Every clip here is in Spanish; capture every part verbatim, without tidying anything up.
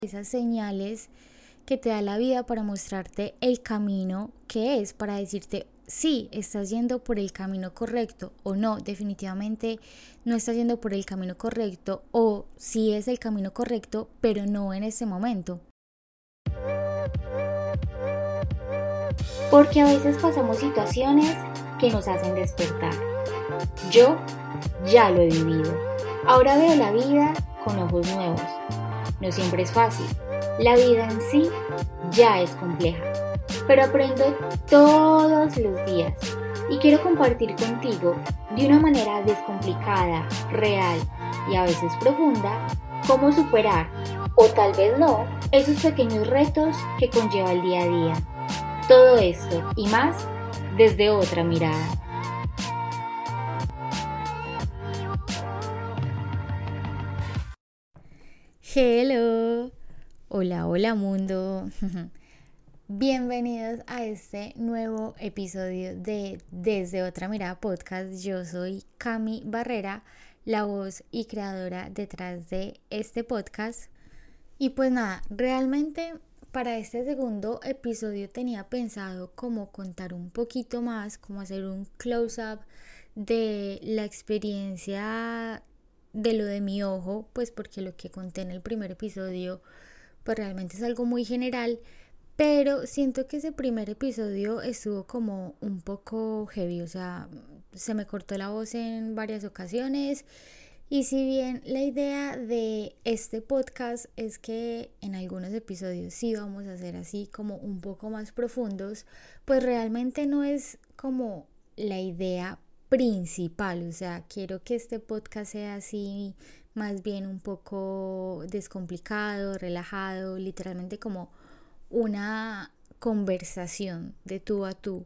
esas señales que te da la vida para mostrarte el camino que es, para decirte sí, estás yendo por el camino correcto o no, definitivamente no estás yendo por el camino correcto, o sí es el camino correcto, pero no en ese momento. Porque a veces pasamos situaciones que nos hacen despertar. Yo ya lo he vivido. Ahora veo la vida con ojos nuevos. No siempre es fácil. La vida en sí ya es compleja. Pero aprendo todos los días. Y quiero compartir contigo de una manera descomplicada, real y a veces profunda, cómo superar, o tal vez no, esos pequeños retos que conlleva el día a día. Todo esto y más desde otra mirada. Hello, hola, hola mundo. Bienvenidos a este nuevo episodio de Desde Otra Mirada Podcast. Yo soy Cami Barrera, la voz y creadora detrás de este podcast. Y pues nada, realmente para este segundo episodio tenía pensado como contar un poquito más, como hacer un close-up de la experiencia de lo de mi ojo, pues porque lo que conté en el primer episodio pues realmente es algo muy general, pero siento que ese primer episodio estuvo como un poco heavy, o sea, se me cortó la voz en varias ocasiones. Y si bien la idea de este podcast es que en algunos episodios sí vamos a hacer así como un poco más profundos, pues realmente no es como la idea principal. O sea, quiero que este podcast sea así más bien un poco descomplicado, relajado, literalmente como una conversación de tú a tú.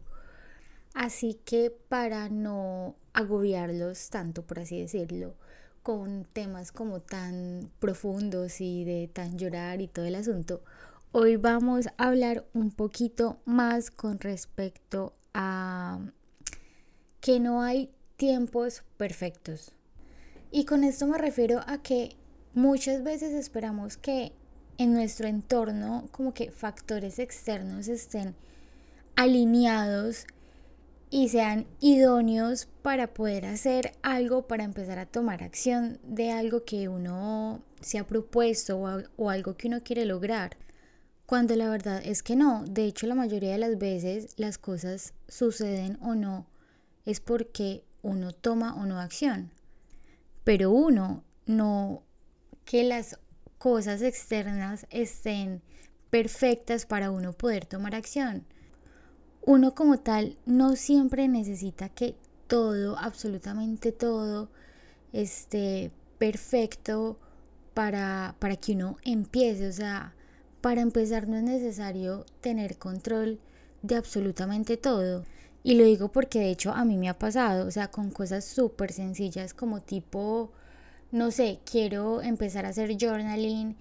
Así que para no agobiarlos tanto, por así decirlo, con temas como tan profundos y de tan llorar y todo el asunto, hoy vamos a hablar un poquito más con respecto a que no hay tiempos perfectos. Y con esto me refiero a que muchas veces esperamos que en nuestro entorno como que factores externos estén alineados y sean idóneos para poder hacer algo, para empezar a tomar acción de algo que uno se ha propuesto o, o algo que uno quiere lograr, cuando la verdad es que no. De hecho, la mayoría de las veces las cosas suceden o no es porque uno toma o no acción, pero uno no que las cosas externas estén perfectas para uno poder tomar acción. Uno como tal no siempre necesita que todo, absolutamente todo, esté perfecto para, para que uno empiece. O sea, para empezar no es necesario tener control de absolutamente todo. Y lo digo porque de hecho a mí me ha pasado, o sea, con cosas súper sencillas como tipo, no sé, quiero empezar a hacer journaling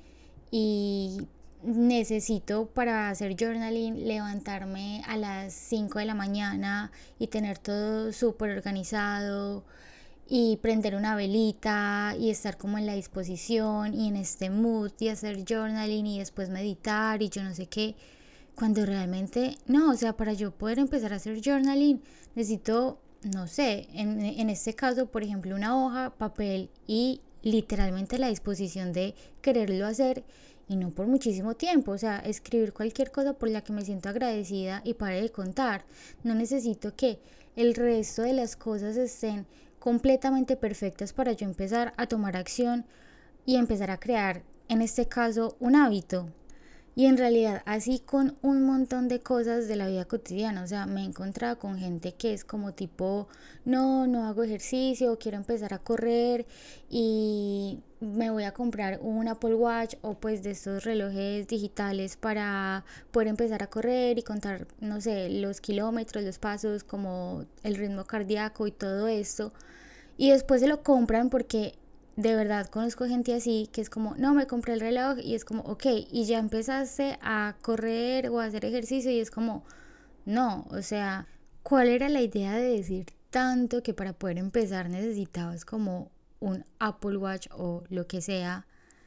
y necesito para hacer journaling levantarme a las cinco de la mañana y tener todo súper organizado y prender una velita y estar como en la disposición y en este mood y hacer journaling y después meditar y yo no sé qué, cuando realmente no. O sea, para yo poder empezar a hacer journaling necesito, no sé, en, en este caso por ejemplo una hoja, papel y literalmente la disposición de quererlo hacer, y no por muchísimo tiempo. O sea, escribir cualquier cosa por la que me siento agradecida y pare de contar. No necesito que el resto de las cosas estén completamente perfectas para yo empezar a tomar acción y empezar a crear, en este caso, un hábito. Y en realidad así con un montón de cosas de la vida cotidiana. O sea, me he encontrado con gente que es como tipo, no, no hago ejercicio, quiero empezar a correr y me voy a comprar un Apple Watch o pues de estos relojes digitales para poder empezar a correr y contar, no sé, los kilómetros, los pasos, como el ritmo cardíaco y todo esto. Y después se lo compran porque de verdad conozco gente así que es como, no, me compré el reloj y es como, ok, y ya empezaste a correr o a hacer ejercicio y es como, no. O sea, ¿cuál era la idea de decir tanto que para poder empezar necesitabas como un Apple Watch o lo que sea?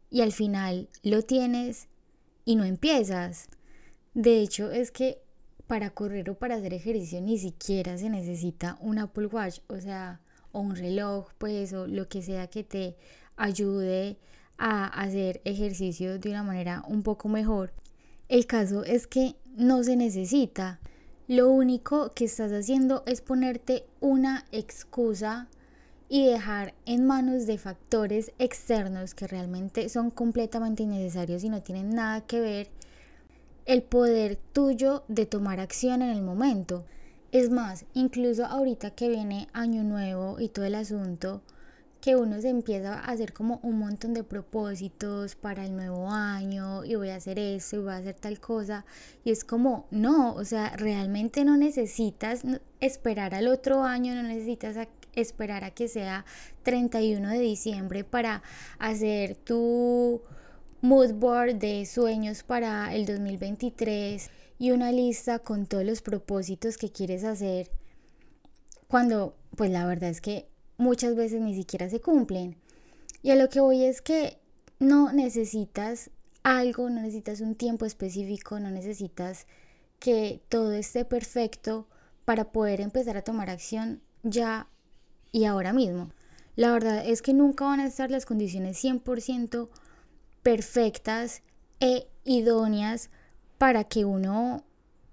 y al final lo tienes y no empiezas. De hecho, es que para correr o para hacer ejercicio ni siquiera se necesita un Apple Watch, o sea, o un reloj, pues, o lo que sea que te ayude a hacer ejercicio de una manera un poco mejor. El caso es que no se necesita. Lo único que estás haciendo es ponerte una excusa y dejar en manos de factores externos que realmente son completamente innecesarios y no tienen nada que ver el poder tuyo de tomar acción en el momento. Es más, incluso ahorita que viene Año Nuevo y todo el asunto, que uno se empieza a hacer como un montón de propósitos para el nuevo año y voy a hacer esto y voy a hacer tal cosa, y es como, no, o sea, realmente no necesitas esperar al otro año, no necesitas a esperar a que sea treinta y uno de diciembre para hacer tu mood board de sueños para el dos mil veintitrés y una lista con todos los propósitos que quieres hacer, cuando pues la verdad es que muchas veces ni siquiera se cumplen. Y a lo que voy es que no necesitas algo, no necesitas un tiempo específico, no necesitas que todo esté perfecto para poder empezar a tomar acción ya y ahora mismo. La verdad es que nunca van a estar las condiciones cien por ciento perfectas e idóneas para que uno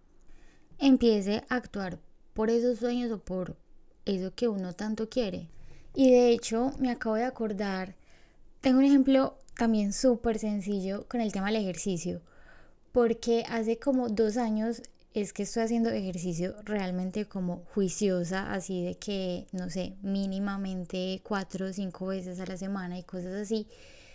empiece a actuar por esos sueños o por eso que uno tanto quiere. Y de hecho me acabo de acordar, tengo un ejemplo también súper sencillo con el tema del ejercicio, porque hace como dos años es que estoy haciendo ejercicio realmente como juiciosa, así de que, no sé, mínimamente cuatro o cinco veces a la semana y cosas así,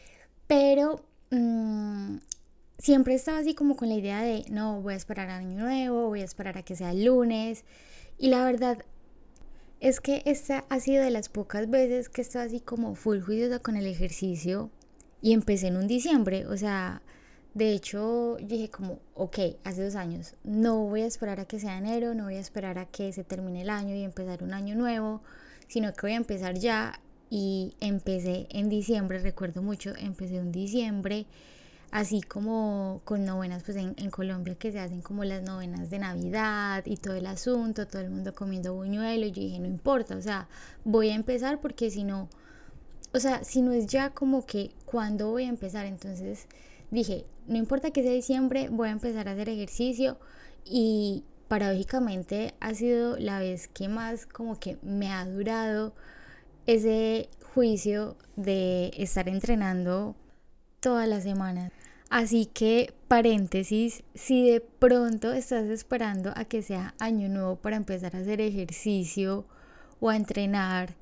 pero mmm, siempre estaba así como con la idea de, no, voy a esperar a Año Nuevo, voy a esperar a que sea el lunes, y la verdad es que esta ha sido de las pocas veces que estoy así como full juiciosa con el ejercicio y empecé en un diciembre, o sea, de hecho dije como, ok, hace dos años, no voy a esperar a que sea enero, no voy a esperar a que se termine el año y empezar un año nuevo, sino que voy a empezar ya, y empecé en diciembre, recuerdo mucho, empecé en diciembre, así como con novenas, pues en, en Colombia que se hacen como las novenas de Navidad y todo el asunto, todo el mundo comiendo buñuelo, y yo dije, no importa, o sea, voy a empezar porque si no, o sea, si no es ya como que, ¿cuándo voy a empezar? Entonces dije, no importa que sea diciembre, voy a empezar a hacer ejercicio, y paradójicamente ha sido la vez que más como que me ha durado ese juicio de estar entrenando todas las semanas. Así que, paréntesis, si de pronto estás esperando a que sea Año Nuevo para empezar a hacer ejercicio o a entrenar,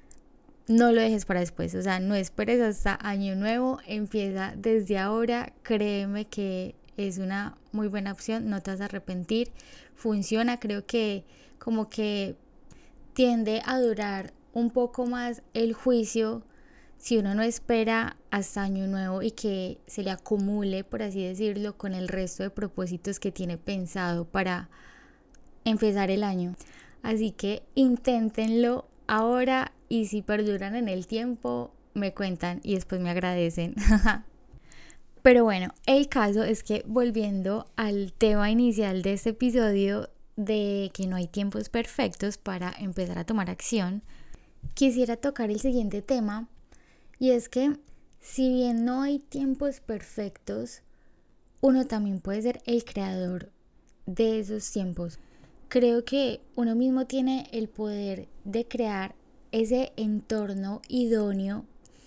no lo dejes para después, o sea, no esperes hasta Año Nuevo, empieza desde ahora, créeme que es una muy buena opción, no te vas a arrepentir, funciona, creo que como que tiende a durar un poco más el juicio si uno no espera hasta Año Nuevo y que se le acumule, por así decirlo, con el resto de propósitos que tiene pensado para empezar el año. Así que inténtenlo ahora, y si perduran en el tiempo, me cuentan y después me agradecen. Pero bueno, el caso es que, volviendo al tema inicial de este episodio, de que no hay tiempos perfectos para empezar a tomar acción, quisiera tocar el siguiente tema, y es que si bien no hay tiempos perfectos, uno también puede ser el creador de esos tiempos. Creo que uno mismo tiene el poder de crear ese entorno idóneo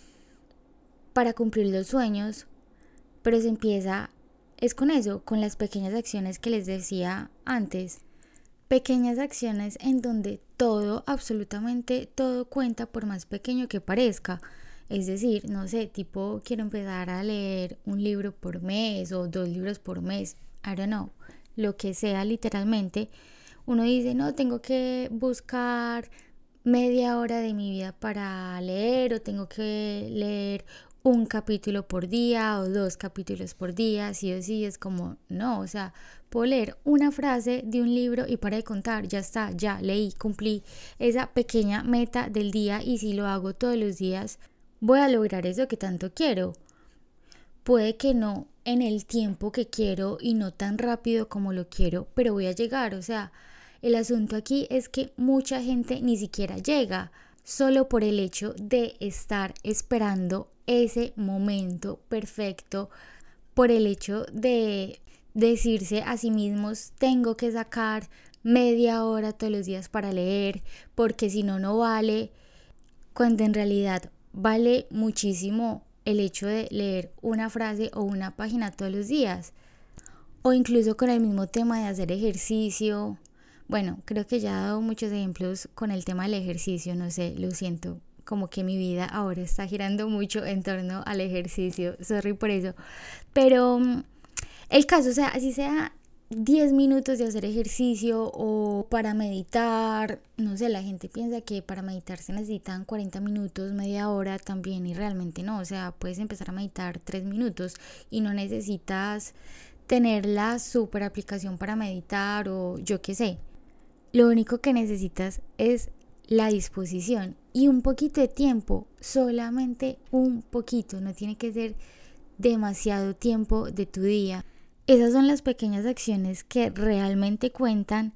para cumplir los sueños, pero se empieza, es con eso, con las pequeñas acciones que les decía antes. Pequeñas acciones en donde todo, absolutamente todo cuenta, por más pequeño que parezca. Es decir, no sé, tipo, quiero empezar a leer un libro por mes o dos libros por mes, I don't know, lo que sea literalmente. Uno dice, no, tengo que buscar media hora de mi vida para leer, o tengo que leer un capítulo por día o dos capítulos por día, sí o sí. Es como, no, o sea, puedo leer una frase de un libro y para de contar, ya está, ya leí, cumplí esa pequeña meta del día, y si lo hago todos los días, voy a lograr eso que tanto quiero. puede que no en el tiempo que quiero y no tan rápido como lo quiero, pero voy a llegar. O sea, el asunto aquí es que mucha gente ni siquiera llega, solo por el hecho de estar esperando ese momento perfecto, por el hecho de decirse a sí mismos: tengo que sacar media hora todos los días para leer, porque si no, no vale, cuando en realidad vale muchísimo el hecho de leer una frase o una página todos los días. O incluso con el mismo tema de hacer ejercicio. Bueno, creo que ya he dado muchos ejemplos con el tema del ejercicio, no sé, lo siento, como que mi vida ahora está girando mucho en torno al ejercicio, sorry por eso, pero el caso, o sea, así sea diez minutos de hacer ejercicio o para meditar, no sé, la gente piensa que para meditar se necesitan cuarenta minutos, media hora también, y realmente no. O sea, puedes empezar a meditar tres minutos y no necesitas tener la super aplicación para meditar o yo qué sé. Lo único que necesitas es la disposición y un poquito de tiempo, solamente un poquito, no tiene que ser demasiado tiempo de tu día. Esas son las pequeñas acciones que realmente cuentan,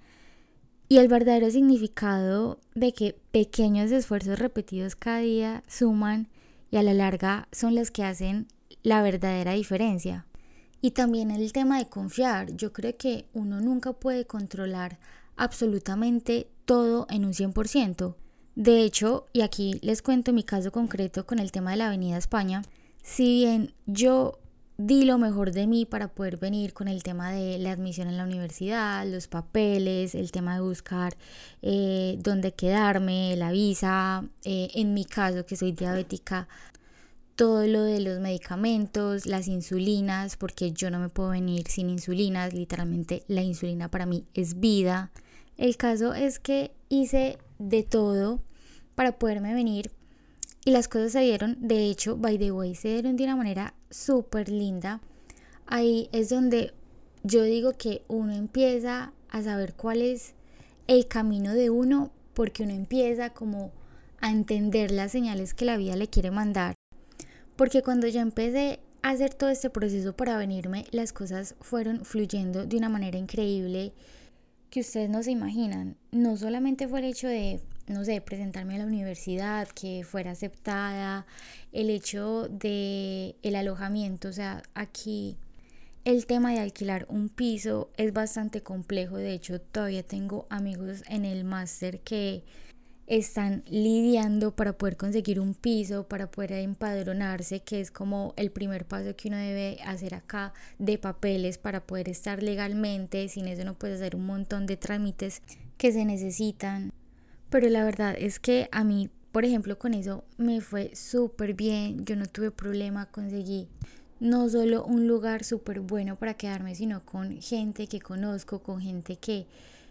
y el verdadero significado de que pequeños esfuerzos repetidos cada día suman y a la larga son los que hacen la verdadera diferencia. Y también el tema de confiar. Yo creo que uno nunca puede controlar absolutamente todo en un cien por ciento. De hecho, y aquí les cuento mi caso concreto con el tema de la Avenida España, si bien yo di lo mejor de mí para poder venir con el tema de la admisión en la universidad, los papeles, el tema de buscar eh, dónde quedarme, la visa, eh, en mi caso que soy diabética, todo lo de los medicamentos, las insulinas, porque yo no me puedo venir sin insulinas, literalmente la insulina para mí es vida. El caso es que hice de todo para poderme venir y las cosas se dieron, de hecho, by the way, se dieron de una manera súper linda. Ahí es donde yo digo que uno empieza a saber cuál es el camino de uno, porque uno empieza como a entender las señales que la vida le quiere mandar. Porque cuando yo empecé a hacer todo este proceso para venirme, las cosas fueron fluyendo de una manera increíble que ustedes no se imaginan. No solamente fue el hecho de, no sé, presentarme a la universidad, que fuera aceptada, el hecho de el alojamiento. O sea, aquí el tema de alquilar un piso es bastante complejo. De hecho, todavía tengo amigos en el máster que están lidiando para poder conseguir un piso, para poder empadronarse, que es como el primer paso que uno debe hacer acá de papeles para poder estar legalmente. Sin eso no puedes hacer un montón de trámites que se necesitan. Pero la verdad es que a mí, por ejemplo, con eso me fue súper bien. Yo no tuve problema, conseguí no solo un lugar súper bueno para quedarme, sino con gente que conozco, con gente que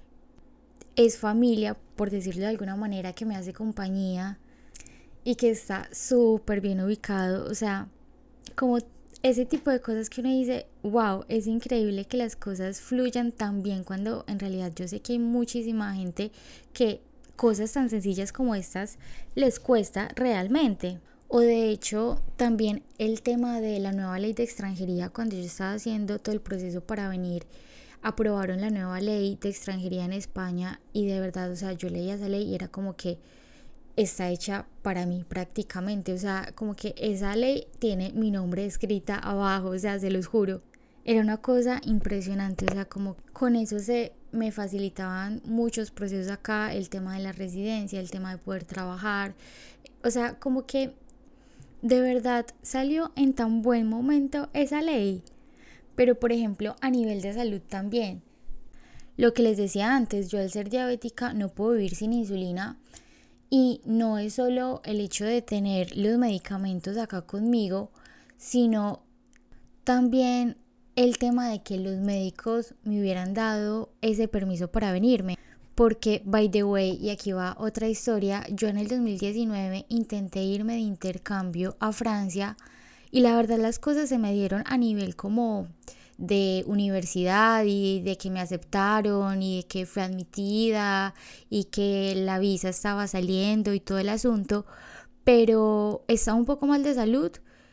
es familia, por decirlo de alguna manera, que me hace compañía y que está súper bien ubicado. O sea, como ese tipo de cosas que uno dice, wow, es increíble que las cosas fluyan tan bien, cuando en realidad yo sé que hay muchísima gente que cosas tan sencillas como estas les cuesta realmente. O de hecho, también el tema de la nueva ley de extranjería, cuando yo estaba haciendo todo el proceso para venir, aprobaron la nueva ley de extranjería en España y de verdad, o sea, yo leía esa ley y era como que está hecha para mí prácticamente. O sea, como que esa ley tiene mi nombre escrita abajo, o sea, se los juro. Era una cosa impresionante, o sea, como con eso se me facilitaban muchos procesos acá, el tema de la residencia, el tema de poder trabajar. O sea, como que de verdad salió en tan buen momento esa ley. Pero por ejemplo, a nivel de salud también, lo que les decía antes, yo al ser diabética no puedo vivir sin insulina, y no es solo el hecho de tener los medicamentos acá conmigo, sino también el tema de que los médicos me hubieran dado ese permiso para venirme. Porque, by the way, y aquí va otra historia, yo en el dos mil diecinueve intenté irme de intercambio a Francia y la verdad las cosas se me dieron a nivel como de universidad y de que me aceptaron y de que fui admitida y que la visa estaba saliendo y todo el asunto, pero estaba un poco mal de salud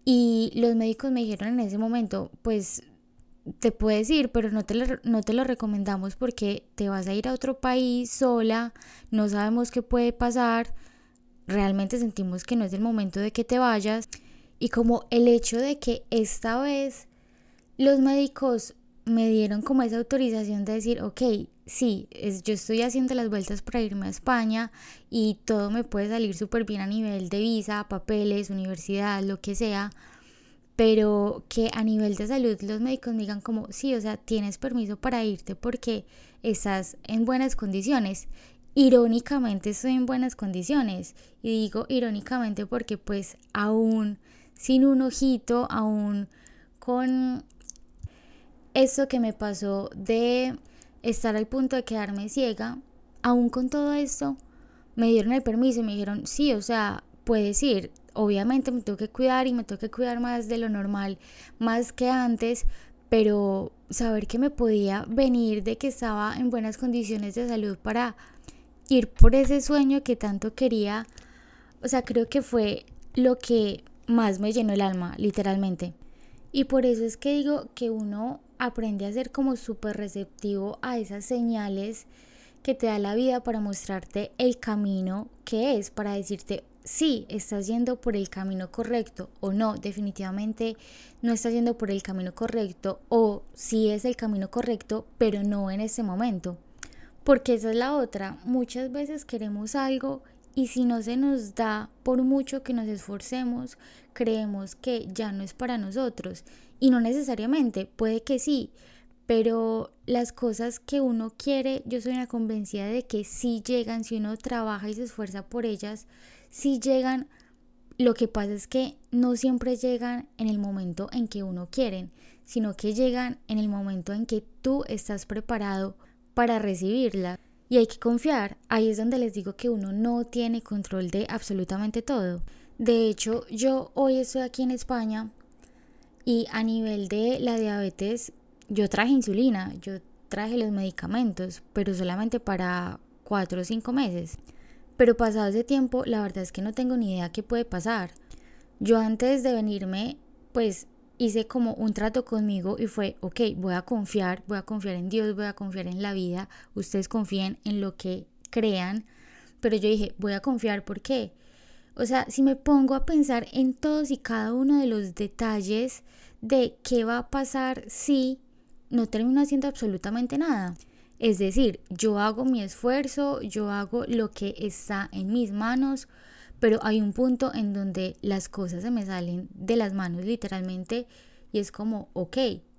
Y los médicos me dijeron en ese momento, pues te puedes ir, pero no te, lo, no te lo recomendamos porque te vas a ir a otro país sola, no sabemos qué puede pasar, realmente sentimos que no es el momento de que te vayas. Y como el hecho de que esta vez los médicos me dieron como esa autorización de decir, ok, sí, es, yo estoy haciendo las vueltas para irme a España y todo me puede salir súper bien a nivel de visa, papeles, universidad, lo que sea, pero que a nivel de salud los médicos me digan como, sí, o sea, tienes permiso para irte porque estás en buenas condiciones. Irónicamente estoy en buenas condiciones, y digo irónicamente porque pues aún sin un ojito, aún con eso que me pasó de estar al punto de quedarme ciega, aún con todo esto me dieron el permiso y me dijeron, sí, o sea, puedes ir. Obviamente me tengo que cuidar y me tengo que cuidar más de lo normal, más que antes, pero saber que me podía venir, de que estaba en buenas condiciones de salud para ir por ese sueño que tanto quería, o sea, creo que fue lo que más me llenó el alma, literalmente. Y por eso es que digo que uno aprende a ser como súper receptivo a esas señales que te da la vida para mostrarte el camino que es, para decirte, sí, estás yendo por el camino correcto, o no, definitivamente no estás yendo por el camino correcto, o sí es el camino correcto, pero no en este momento. Porque esa es la otra, muchas veces queremos algo y si no se nos da, por mucho que nos esforcemos, creemos que ya no es para nosotros. Y no necesariamente, puede que sí, pero las cosas que uno quiere, yo soy una convencida de que sí llegan, si uno trabaja y se esfuerza por ellas, sí llegan. Lo que pasa es que no siempre llegan en el momento en que uno quiere, sino que llegan en el momento en que tú estás preparado para recibirla. Y hay que confiar. Ahí es donde les digo que uno no tiene control de absolutamente todo. De hecho, yo hoy estoy aquí en España y a nivel de la diabetes, yo traje insulina, yo traje los medicamentos, pero solamente para cuatro o cinco meses. Pero pasado ese tiempo, la verdad es que no tengo ni idea qué puede pasar. Yo antes de venirme, pues hice como un trato conmigo y fue, ok, voy a confiar, voy a confiar en Dios, voy a confiar en la vida, ustedes confíen en lo que crean, pero yo dije, voy a confiar, ¿por qué? O sea, si me pongo a pensar en todos y cada uno de los detalles de qué va a pasar si no termino haciendo absolutamente nada. Es decir, yo hago mi esfuerzo, yo hago lo que está en mis manos, pero hay un punto en donde las cosas se me salen de las manos literalmente y es como, ok,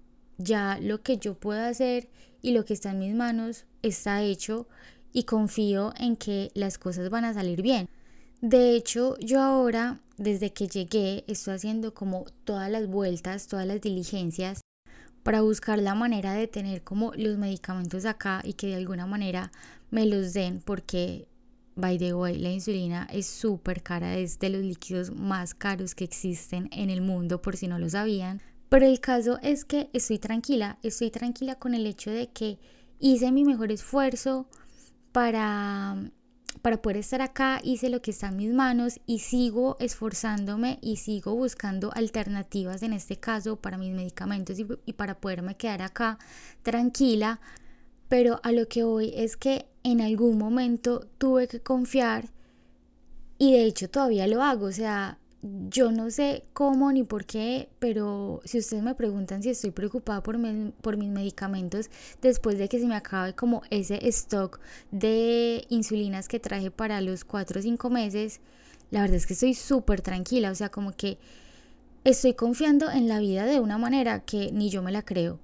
ya lo que yo puedo hacer y lo que está en mis manos está hecho y confío en que las cosas van a salir bien. De hecho, yo ahora, desde que llegué, estoy haciendo como todas las vueltas, todas las diligencias para buscar la manera de tener como los medicamentos acá y que de alguna manera me los den, porque by the way, la insulina es súper cara, es de los líquidos más caros que existen en el mundo, por si no lo sabían. Pero el caso es que estoy tranquila, estoy tranquila con el hecho de que hice mi mejor esfuerzo para, para poder estar acá, hice lo que está en mis manos y sigo esforzándome y sigo buscando alternativas, en este caso para mis medicamentos y, y para poderme quedar acá tranquila. Pero a lo que voy es que en algún momento tuve que confiar y de hecho todavía lo hago, o sea, yo no sé cómo ni por qué, pero si ustedes me preguntan si estoy preocupada por, me, por mis medicamentos después de que se me acabe como ese stock de insulinas que traje para los cuatro o cinco meses, la verdad es que estoy súper tranquila, o sea, como que estoy confiando en la vida de una manera que ni yo me la creo.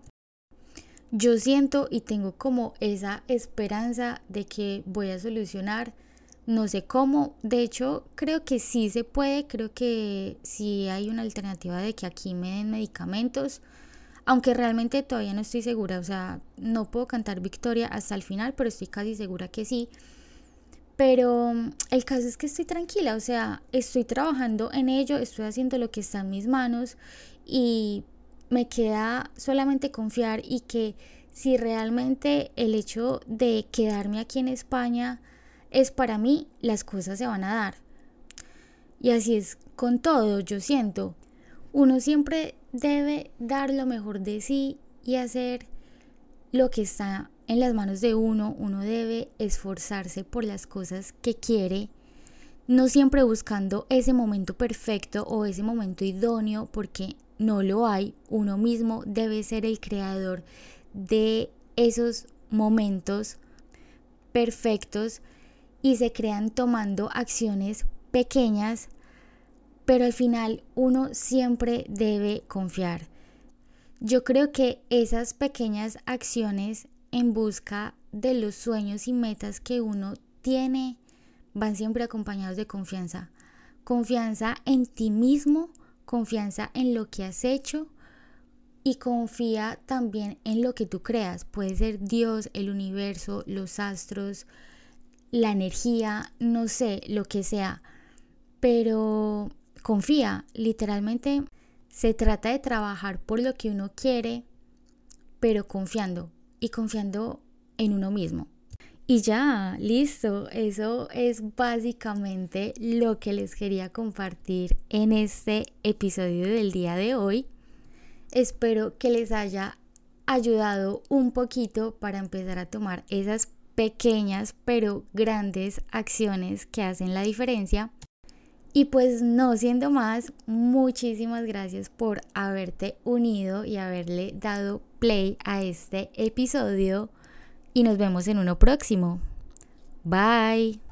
Yo siento y tengo como esa esperanza de que voy a solucionar, no sé cómo, de hecho creo que sí se puede, creo que sí hay una alternativa de que aquí me den medicamentos, aunque realmente todavía no estoy segura, o sea, no puedo cantar victoria hasta el final, pero estoy casi segura que sí. Pero el caso es que estoy tranquila, o sea, estoy trabajando en ello, estoy haciendo lo que está en mis manos y me queda solamente confiar y que si realmente el hecho de quedarme aquí en España es para mí, las cosas se van a dar. Y así es con todo, yo siento. Uno siempre debe dar lo mejor de sí y hacer lo que está en las manos de uno. Uno debe esforzarse por las cosas que quiere, no siempre buscando ese momento perfecto o ese momento idóneo, porque no lo hay. Uno mismo debe ser el creador de esos momentos perfectos y se crean tomando acciones pequeñas, pero al final uno siempre debe confiar. Yo creo que esas pequeñas acciones en busca de los sueños y metas que uno tiene van siempre acompañados de confianza. Confianza en ti mismo, confianza en lo que has hecho y confía también en lo que tú creas. Puede ser Dios, el universo, los astros, la energía, no sé, lo que sea. Pero confía, literalmente se trata de trabajar por lo que uno quiere, pero confiando y confiando en uno mismo. Y ya, listo, eso es básicamente lo que les quería compartir en este episodio del día de hoy. Espero que les haya ayudado un poquito para empezar a tomar esas pequeñas pero grandes acciones que hacen la diferencia. Y pues no siendo más, muchísimas gracias por haberte unido y haberle dado play a este episodio y nos vemos en uno próximo. Bye.